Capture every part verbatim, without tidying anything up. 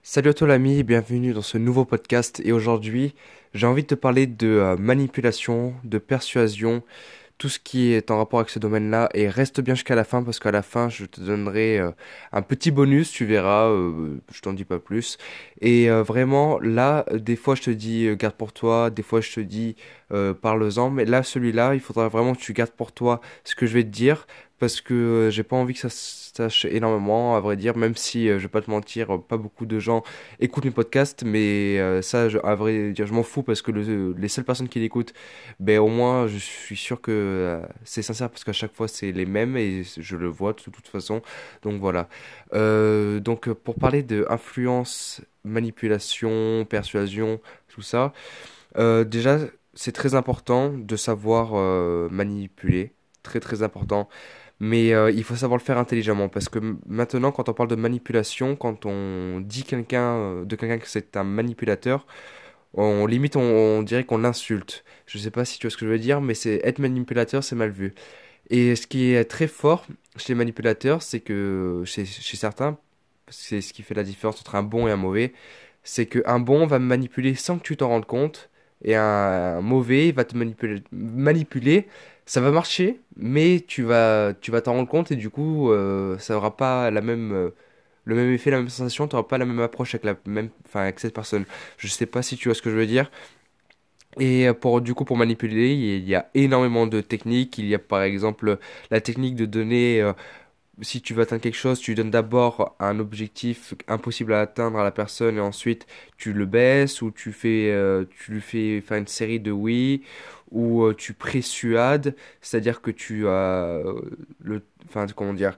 Salut à toi l'ami, bienvenue dans ce nouveau podcast et aujourd'hui j'ai envie de te parler de euh, manipulation, de persuasion, tout ce qui est en rapport avec ce domaine-là et reste bien jusqu'à la fin parce qu'à la fin je te donnerai euh, un petit bonus, tu verras, euh, je t'en dis pas plus. Et euh, vraiment là, des fois je te dis euh, garde pour toi, des fois je te dis euh, parle-en, mais là celui-là il faudra vraiment que tu gardes pour toi ce que je vais te dire parce que euh, j'ai pas envie que ça se sache énormément, à vrai dire, même si euh, je vais pas te mentir, euh, pas beaucoup de gens écoutent mes podcasts, mais euh, ça, je- à vrai dire, je m'en fous parce que le- les seules personnes qui l'écoutent, ben au moins, je suis sûr que euh, c'est sincère parce qu'à chaque fois, c'est les mêmes et je le vois de toute façon. Donc voilà. Euh, donc euh, pour parler de influence, manipulation, persuasion, tout ça, euh, déjà, c'est très important de savoir euh, manipuler. Très très important. Mais euh, il faut savoir le faire intelligemment parce que m- maintenant, quand on parle de manipulation, quand on dit quelqu'un euh, de quelqu'un que c'est un manipulateur, on limite, on, on dirait qu'on l'insulte. Je sais pas si tu vois ce que je veux dire, mais c'est être manipulateur, c'est mal vu. Et ce qui est très fort chez les manipulateurs, c'est que chez, chez certains, c'est ce qui fait la différence entre un bon et un mauvais, c'est qu'un bon va manipuler sans que tu t'en rendes compte, et un, un mauvais va te manipuler, manipuler. Ça va marcher, mais tu vas, tu vas t'en rendre compte, et du coup, euh, ça aura pas la même, euh, le même effet, la même sensation, tu n'auras pas la même approche avec la même, enfin, avec cette personne. Je sais pas si tu vois ce que je veux dire. Et euh, pour, du coup, pour manipuler, il y a énormément de techniques. Il y a par exemple la technique de donner, euh, si tu veux atteindre quelque chose, tu donnes d'abord un objectif impossible à atteindre à la personne et ensuite tu le baisses ou tu fais, euh, tu lui fais faire une série de oui ou euh, tu persuades, c'est-à-dire que tu as euh, le, enfin comment dire,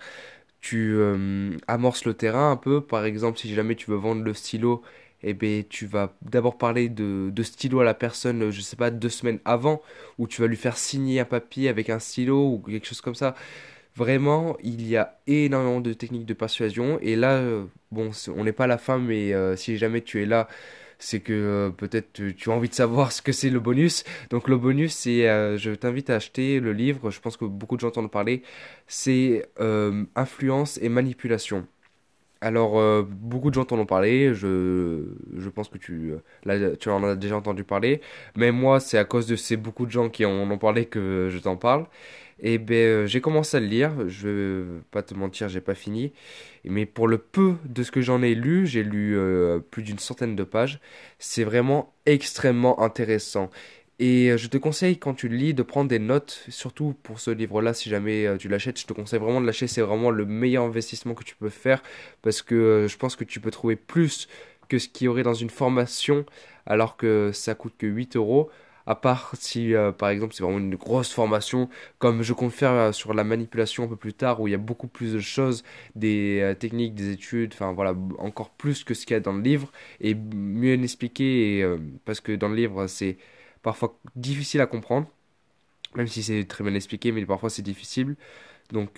tu euh, amorces le terrain un peu. Par exemple, si jamais tu veux vendre le stylo, eh ben, tu vas d'abord parler de, de stylo à la personne, euh, je sais pas, deux semaines avant, ou tu vas lui faire signer un papier avec un stylo ou quelque chose comme ça. Vraiment, il y a énormément de techniques de persuasion. Et là, euh, bon, c'est- on n'est pas à la fin, mais euh, si jamais tu es là, c'est que euh, peut-être tu, tu as envie de savoir ce que c'est le bonus. Donc le bonus, c'est, euh, je t'invite à acheter le livre, je pense que beaucoup de gens entendent parler, c'est euh, Influence et manipulation. Alors, euh, beaucoup de gens t'en ont parlé, je, je pense que tu, euh, là, tu en as déjà entendu parler, mais moi, c'est à cause de ces beaucoup de gens qui en ont parlé que je t'en parle. Et ben, euh, j'ai commencé à le lire, je vais pas te mentir, j'ai pas fini, mais pour le peu de ce que j'en ai lu, j'ai lu euh, plus d'une centaine de pages, c'est vraiment extrêmement intéressant. Et euh, je te conseille quand tu le lis de prendre des notes, surtout pour ce livre-là, si jamais euh, tu l'achètes, je te conseille vraiment de l'acheter, c'est vraiment le meilleur investissement que tu peux faire parce que euh, je pense que tu peux trouver plus que ce qu'il y aurait dans une formation alors que ça coûte que huit euros. À part si, euh, par exemple, c'est vraiment une grosse formation, comme je compte faire euh, sur la manipulation un peu plus tard, où il y a beaucoup plus de choses, des euh, techniques, des études, enfin voilà, b- encore plus que ce qu'il y a dans le livre, et mieux l'expliquer, et, euh, parce que dans le livre, c'est parfois difficile à comprendre, même si c'est très bien expliqué, mais parfois c'est difficile. Donc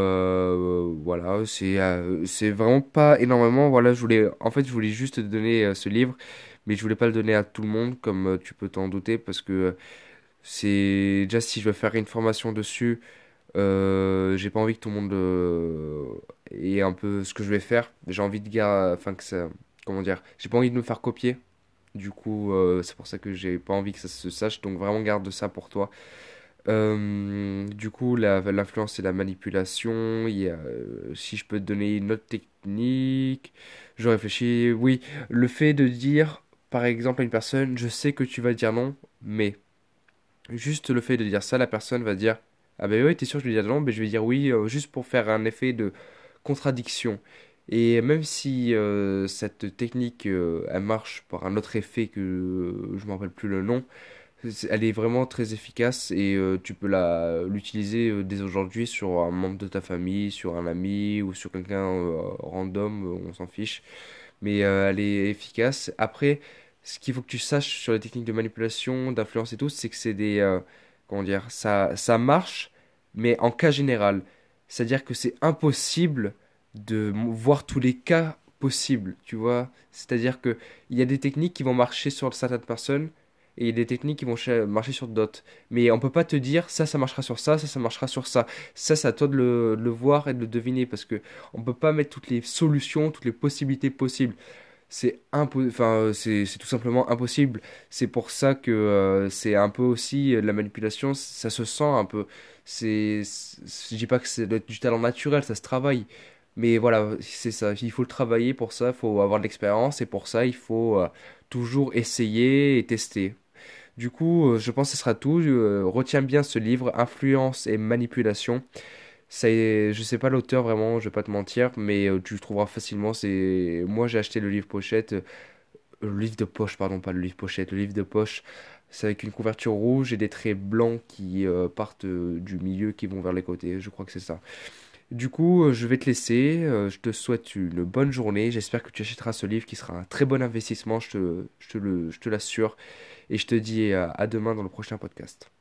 euh, voilà, c'est euh, c'est vraiment pas énormément. Voilà, je voulais, en fait, je voulais juste te donner euh, ce livre, mais je voulais pas le donner à tout le monde, comme euh, tu peux t'en douter, parce que euh, c'est déjà si je veux faire une formation dessus, euh, j'ai pas envie que tout le monde euh, ait un peu ce que je vais faire. J'ai envie de gar- enfin que ça, comment dire, j'ai pas envie de me faire copier. Du coup, euh, c'est pour ça que j'ai pas envie que ça se sache. Donc vraiment garde ça pour toi. Euh, du coup, la- l'influence et la manipulation. Il y a, euh, si je peux te donner une autre technique, je réfléchis. Oui, le fait de dire, par exemple, à une personne, je sais que tu vas dire non, mais juste le fait de dire ça, la personne va dire, ah ben oui, t'es sûr que je vais dire non, mais je vais dire oui, euh, juste pour faire un effet de contradiction. Et même si euh, cette technique, euh, elle marche par un autre effet que euh, je ne me rappelle plus le nom, c'est- elle est vraiment très efficace et euh, tu peux la l'utiliser euh, dès aujourd'hui sur un membre de ta famille, sur un ami ou sur quelqu'un euh, random, euh, on s'en fiche. Mais euh, elle est efficace. Après, ce qu'il faut que tu saches sur les techniques de manipulation, d'influence et tout, c'est que c'est des euh, comment dire, ça ça marche, mais en cas général. C'est-à-dire que c'est impossible de m- voir tous les cas possibles, tu vois. C'est-à-dire que il y a des techniques qui vont marcher sur certaines personnes et il y a des techniques qui vont cha- marcher sur d'autres. Mais on peut pas te dire ça, ça marchera sur ça, ça, ça marchera sur ça. Ça, c'est à toi de le, de le voir et de le deviner parce que on peut pas mettre toutes les solutions, toutes les possibilités possibles. c'est impo- enfin, euh, c'est c'est tout simplement impossible. C'est pour ça que euh, c'est un peu aussi euh, de la manipulation, ça se sent un peu. C'est, c'est- je dis pas que c'est de- du talent naturel, ça se travaille. Mais voilà, c'est ça. Il faut le travailler pour ça, il faut avoir de l'expérience et pour ça, il faut euh, toujours essayer et tester. Du coup, euh, je pense que ce sera tout. Euh, retiens bien ce livre, Influence et manipulation. Ça est, je sais pas l'auteur vraiment, je vais pas te mentir, mais euh, tu le trouveras facilement. C'est, moi j'ai acheté le livre pochette, euh, le livre de poche, pardon, pas le livre pochette, le livre de poche. C'est avec une couverture rouge et des traits blancs qui euh, partent euh, du milieu, qui vont vers les côtés. Je crois que c'est ça. Du coup, euh, je vais te laisser. Euh, je te souhaite une bonne journée. J'espère que tu achèteras ce livre qui sera un très bon investissement. Je te, je te le, je te l'assure. Et je te dis à à demain dans le prochain podcast.